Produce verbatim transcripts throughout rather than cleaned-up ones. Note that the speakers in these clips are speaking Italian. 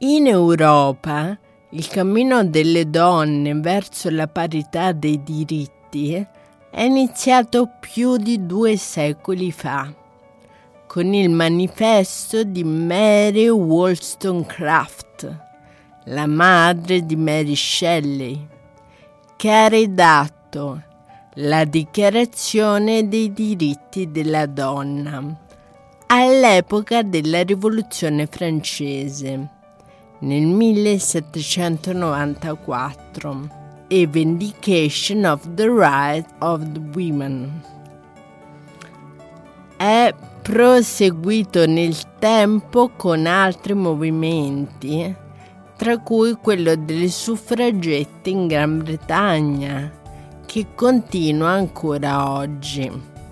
In Europa il cammino delle donne verso la parità dei diritti è iniziato più di due secoli fa, con il manifesto di Mary Wollstonecraft, la madre di Mary Shelley, che ha redatto la Dichiarazione dei diritti della donna all'epoca della Rivoluzione francese, nel millesettecentonovantaquattro, e Vindication of the Rights of the Women. È proseguito nel tempo con altri movimenti, tra cui quello delle suffragette in Gran Bretagna, che continua ancora oggi.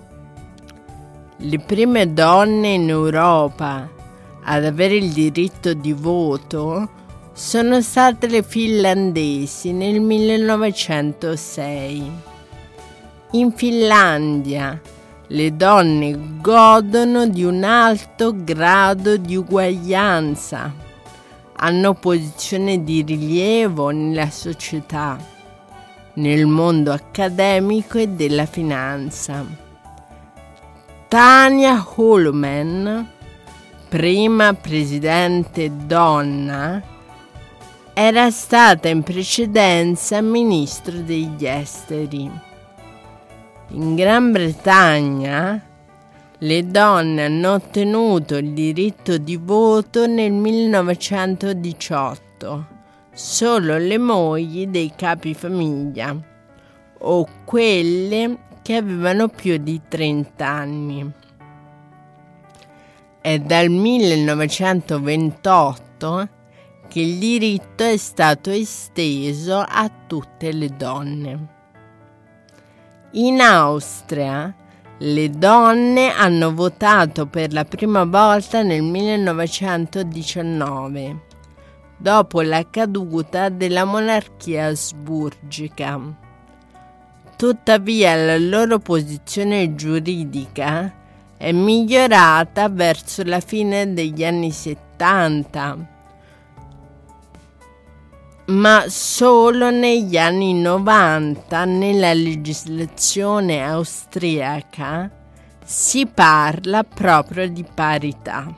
Le prime donne in Europa ad avere il diritto di voto sono state le finlandesi nel millenovecentosei. In Finlandia le donne godono di un alto grado di uguaglianza, hanno posizione di rilievo nella società, nel mondo accademico e della finanza. Tanja Holonen, prima presidente donna, era stata in precedenza ministro degli esteri. In Gran Bretagna le donne hanno ottenuto il diritto di voto nel millenovecentodiciotto, solo le mogli dei capifamiglia o quelle che avevano più di trenta anni. È dal millenovecentoventotto che il diritto è stato esteso a tutte le donne. In Austria le donne hanno votato per la prima volta nel millenovecentodiciannove, dopo la caduta della monarchia asburgica. Tuttavia la loro posizione giuridica è migliorata verso la fine degli anni settanta, ma solo negli anni novanta nella legislazione austriaca si parla proprio di parità.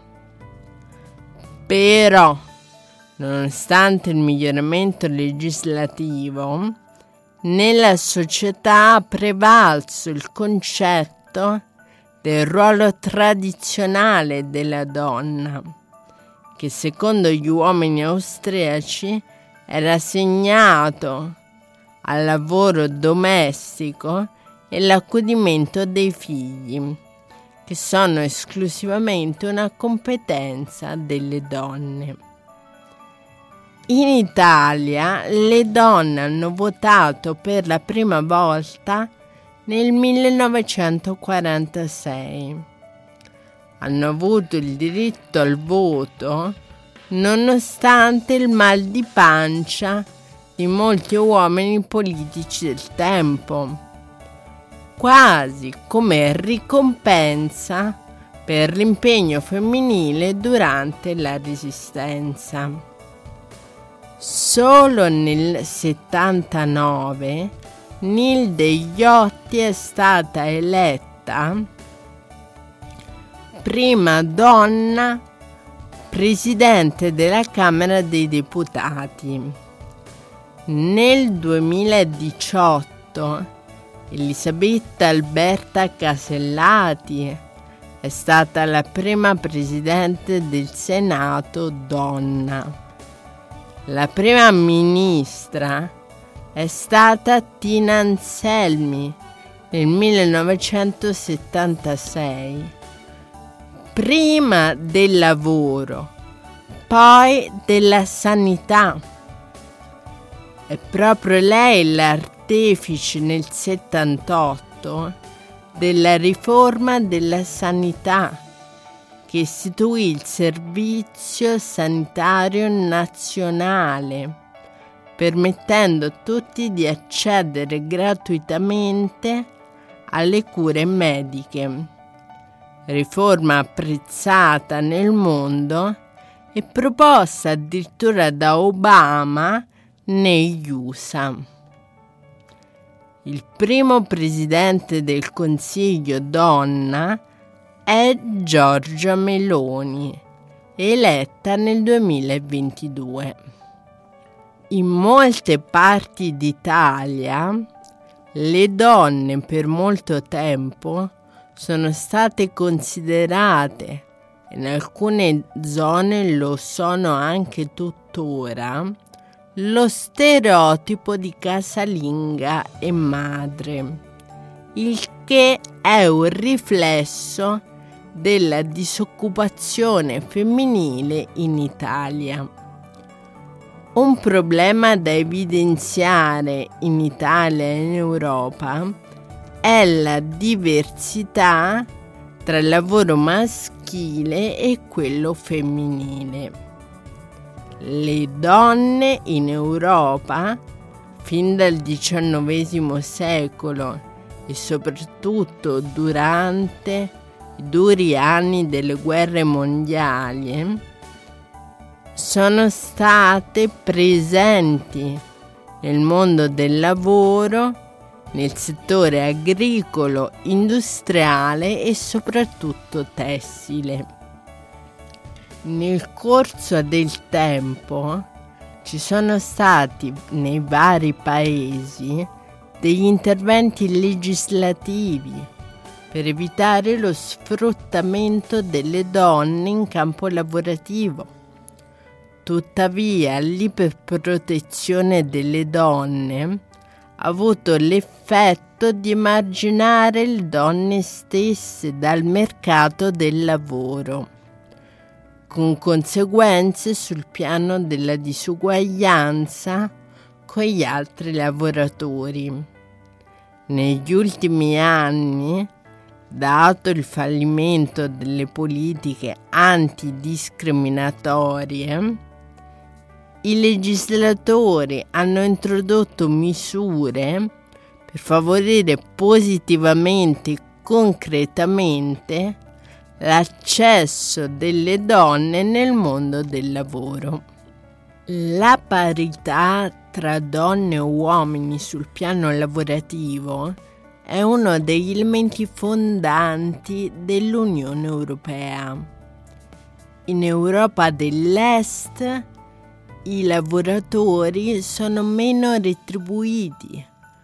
Però, nonostante il miglioramento legislativo, nella società ha prevalso il concetto del ruolo tradizionale della donna, che secondo gli uomini austriaci era segnato al lavoro domestico e l'accudimento dei figli, che sono esclusivamente una competenza delle donne. In Italia le donne hanno votato per la prima volta nel millenovecentoquarantasei. Hanno avuto il diritto al voto nonostante il mal di pancia di molti uomini politici del tempo, quasi come ricompensa per l'impegno femminile durante la Resistenza. Solo nel settantanove Nilde Iotti è stata eletta prima donna presidente della Camera dei Deputati. Nel duemiladiciotto Elisabetta Alberta Casellati è stata la prima presidente del Senato donna. La prima ministra è stata Tina Anselmi nel millenovecentosettantasei, prima del lavoro, poi della sanità. È proprio lei l'artefice nel settantotto della riforma della sanità, che istituì il Servizio Sanitario Nazionale, permettendo a tutti di accedere gratuitamente alle cure mediche. Riforma apprezzata nel mondo e proposta addirittura da Obama negli U S A. Il primo presidente del Consiglio donna è Giorgia Meloni, eletta nel duemilaventidue. In molte parti d'Italia le donne per molto tempo sono state considerate, e in alcune zone lo sono anche tuttora, lo stereotipo di casalinga e madre, il che è un riflesso della disoccupazione femminile in Italia. Un problema da evidenziare in Italia e in Europa è la diversità tra il lavoro maschile e quello femminile. Le donne in Europa, fin dal diciannovesimo secolo e soprattutto durante i duri anni delle guerre mondiali, sono state presenti nel mondo del lavoro, nel settore agricolo, industriale e soprattutto tessile. Nel corso del tempo ci sono stati nei vari paesi degli interventi legislativi per evitare lo sfruttamento delle donne in campo lavorativo. Tuttavia, l'iperprotezione delle donne ha avuto l'effetto di emarginare le donne stesse dal mercato del lavoro, con conseguenze sul piano della disuguaglianza con gli altri lavoratori. Negli ultimi anni, dato il fallimento delle politiche antidiscriminatorie, i legislatori hanno introdotto misure per favorire positivamente e concretamente l'accesso delle donne nel mondo del lavoro. La parità tra donne e uomini sul piano lavorativo è uno degli elementi fondanti dell'Unione Europea. In Europa dell'Est i lavoratori sono meno retribuiti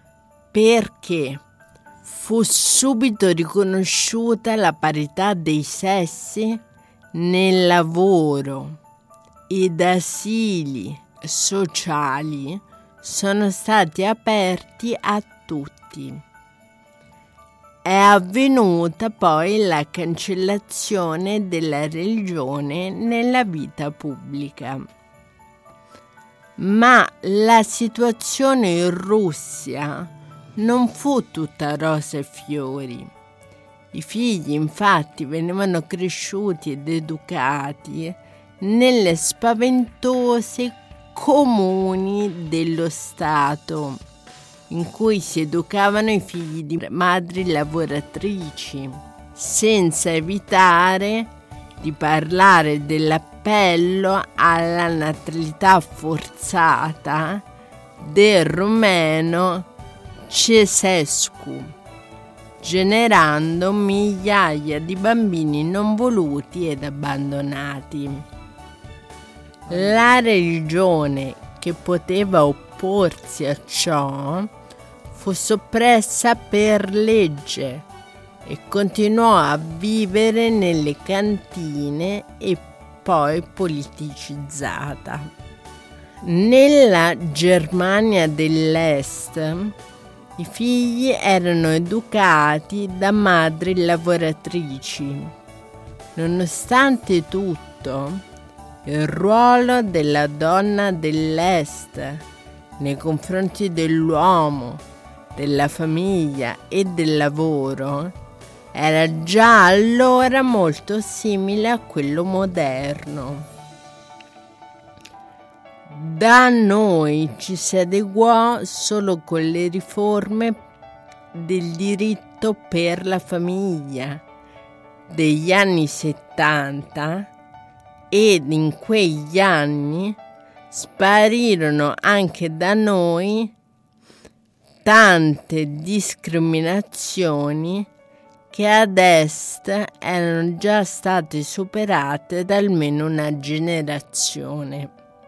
perché fu subito riconosciuta la parità dei sessi nel lavoro ed asili sociali sono stati aperti a tutti. È avvenuta poi la cancellazione della religione nella vita pubblica. Ma la situazione in Russia non fu tutta rose e fiori. I figli infatti venivano cresciuti ed educati nelle spaventose comuni dello Stato, in cui si educavano i figli di madri lavoratrici, senza evitare di parlare dell'appello alla natalità forzata del rumeno Ceausescu, generando migliaia di bambini non voluti ed abbandonati. La religione che poteva opporsi a ciò fu soppressa per legge e continuò a vivere nelle cantine e poi politicizzata. Nella Germania dell'Est i figli erano educati da madri lavoratrici. Nonostante tutto, il ruolo della donna dell'Est nei confronti dell'uomo, della famiglia e del lavoro era già allora molto simile a quello moderno. Da noi ci si adeguò solo con le riforme del diritto per la famiglia degli anni settanta ed in quegli anni sparirono anche da noi tante discriminazioni che ad est erano già state superate da almeno una generazione.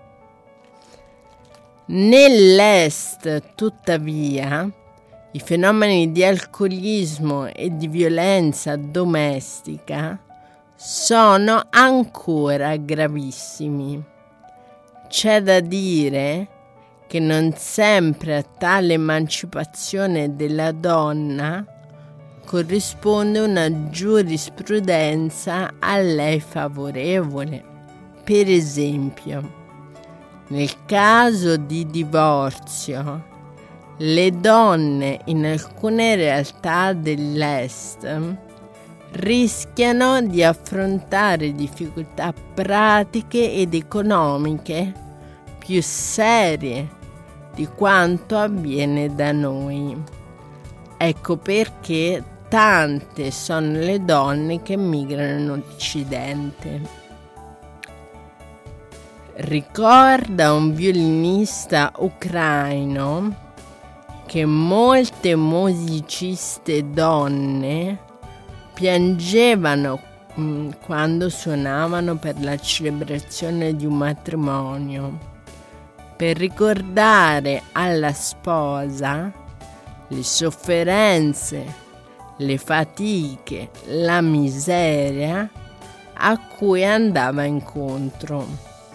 Nell'est, tuttavia, i fenomeni di alcolismo e di violenza domestica sono ancora gravissimi. C'è da dire che non sempre a tale emancipazione della donna corrisponde una giurisprudenza a lei favorevole. Per esempio, nel caso di divorzio, le donne in alcune realtà dell'est rischiano di affrontare difficoltà pratiche ed economiche più serie di quanto avviene da noi. Ecco perché tante sono le donne che migrano in Occidente. Ricorda un violinista ucraino che molte musiciste donne piangevano mh, quando suonavano per la celebrazione di un matrimonio, per ricordare alla sposa le sofferenze, le fatiche, la miseria a cui andava incontro.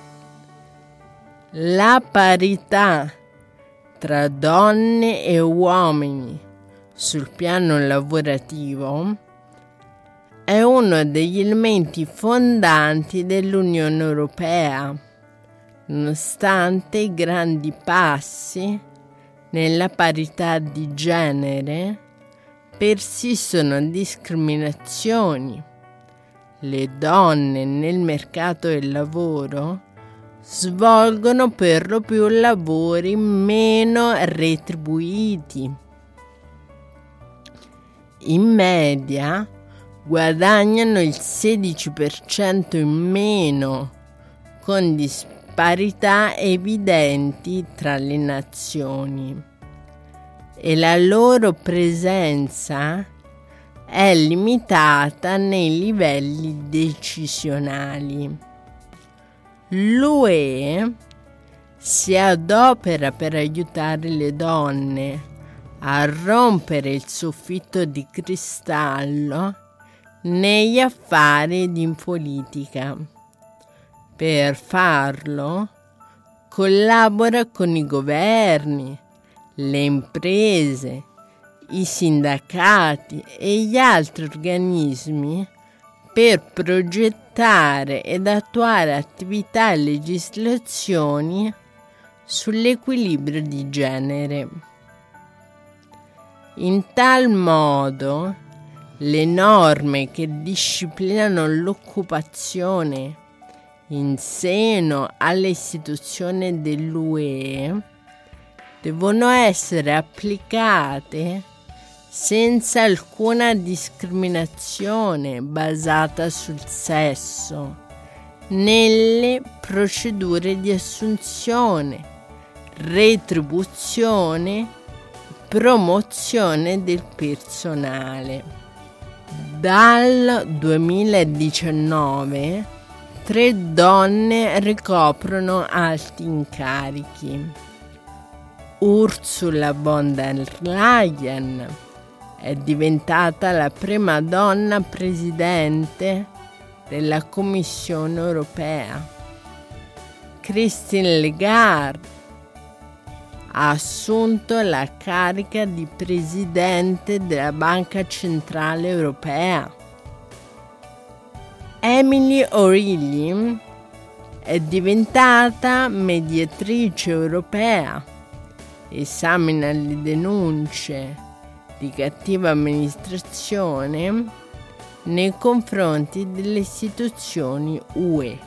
La parità tra donne e uomini sul piano lavorativo è uno degli elementi fondanti dell'Unione Europea, nonostante i grandi passi nella parità di genere. Persistono discriminazioni. Le donne nel mercato del lavoro svolgono per lo più lavori meno retribuiti. In media guadagnano il sedici per cento in meno, con disparità evidenti tra le nazioni. E la loro presenza è limitata nei livelli decisionali. L'U E si adopera per aiutare le donne a rompere il soffitto di cristallo negli affari ed in politica. Per farlo collabora con i governi, le imprese, i sindacati e gli altri organismi per progettare ed attuare attività e legislazioni sull'equilibrio di genere. In tal modo, le norme che disciplinano l'occupazione in seno alle istituzioni dell'U E devono essere applicate senza alcuna discriminazione basata sul sesso nelle procedure di assunzione, retribuzione, promozione del personale. Dal duemiladiciannove tre donne ricoprono alti incarichi. Ursula von der Leyen è diventata la prima donna presidente della Commissione Europea. Christine Lagarde ha assunto la carica di presidente della Banca Centrale Europea. Emily O'Reilly è diventata mediatrice europea. Esamina le denunce di cattiva amministrazione nei confronti delle istituzioni U E.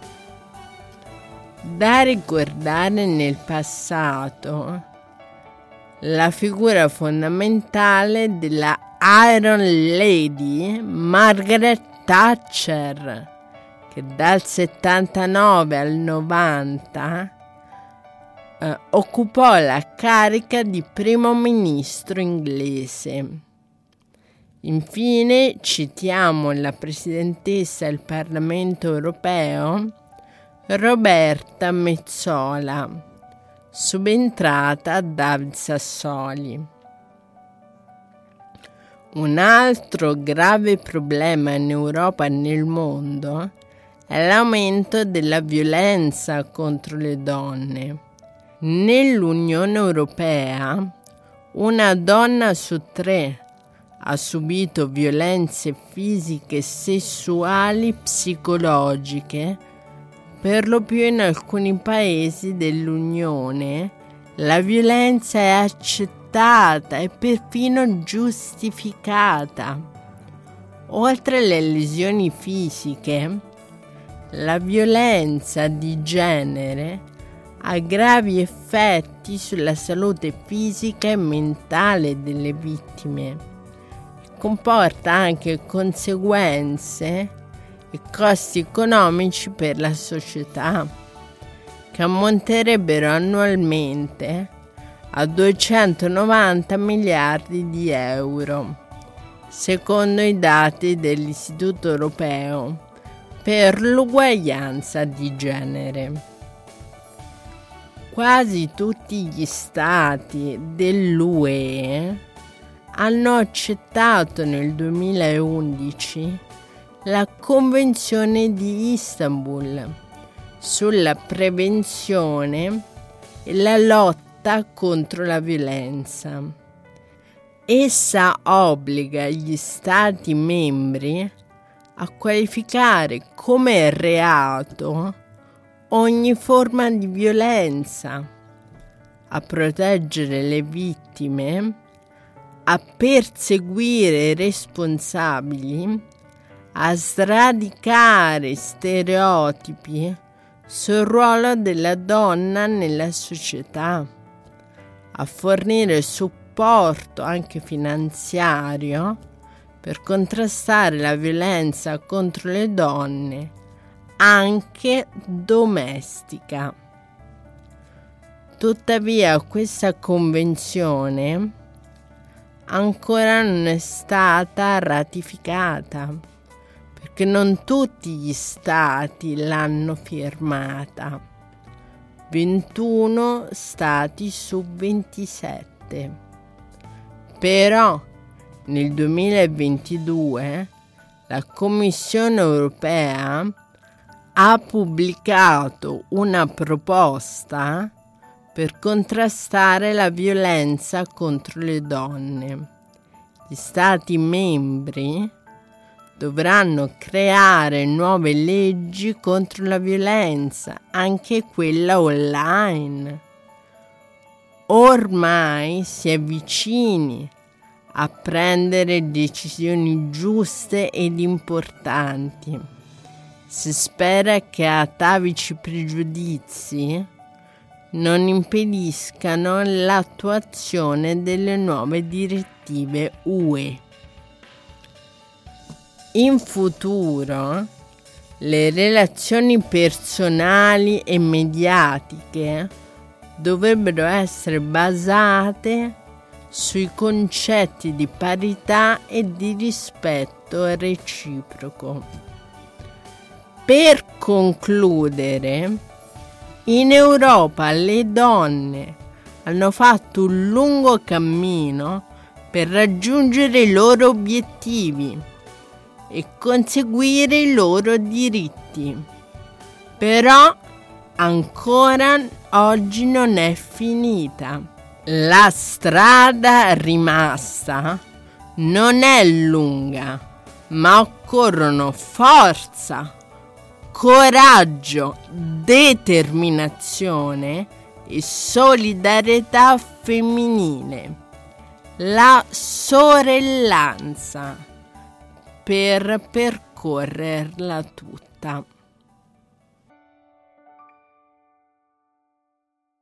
Da ricordare nel passato la figura fondamentale della Iron Lady Margaret Thatcher, che dal settantanove al novanta eh, occupò la carica di primo ministro inglese. Infine citiamo la presidentessa del Parlamento europeo Roberta Metsola, subentrata a David Sassoli. Un altro grave problema in Europa e nel mondo è l'aumento della violenza contro le donne. Nell'Unione Europea una donna su tre ha subito violenze fisiche, sessuali, psicologiche. Per lo più in alcuni paesi dell'Unione la violenza è accettata e perfino giustificata. Oltre alle lesioni fisiche, la violenza di genere ha gravi effetti sulla salute fisica e mentale delle vittime. Comporta anche conseguenze e costi economici per la società che ammonterebbero annualmente a duecentonovanta miliardi di euro, secondo i dati dell'Istituto Europeo per l'Uguaglianza di Genere. Quasi tutti gli stati dell'U E hanno accettato nel duemilaundici la Convenzione di Istanbul sulla prevenzione e la lotta contro la violenza. Essa obbliga gli Stati membri a qualificare come reato ogni forma di violenza, a proteggere le vittime, a perseguire i responsabili, a sradicare stereotipi sul ruolo della donna nella società, a fornire supporto anche finanziario per contrastare la violenza contro le donne, anche domestica. Tuttavia questa convenzione ancora non è stata ratificata, perché non tutti gli stati l'hanno firmata. ventuno stati su ventisette. Però nel duemilaventidue la Commissione europea ha pubblicato una proposta per contrastare la violenza contro le donne. Gli Stati membri dovranno creare nuove leggi contro la violenza, anche quella online. Ormai si è vicini a prendere decisioni giuste ed importanti. Si spera che atavici pregiudizi non impediscano l'attuazione delle nuove direttive U E. In futuro, le relazioni personali e mediatiche dovrebbero essere basate sui concetti di parità e di rispetto reciproco. Per concludere, in Europa le donne hanno fatto un lungo cammino per raggiungere i loro obiettivi e conseguire i loro diritti. Però ancora oggi non è finita. La strada rimasta non è lunga, ma occorrono forza, coraggio, determinazione e solidarietà femminile. La sorellanza per percorrerla tutta.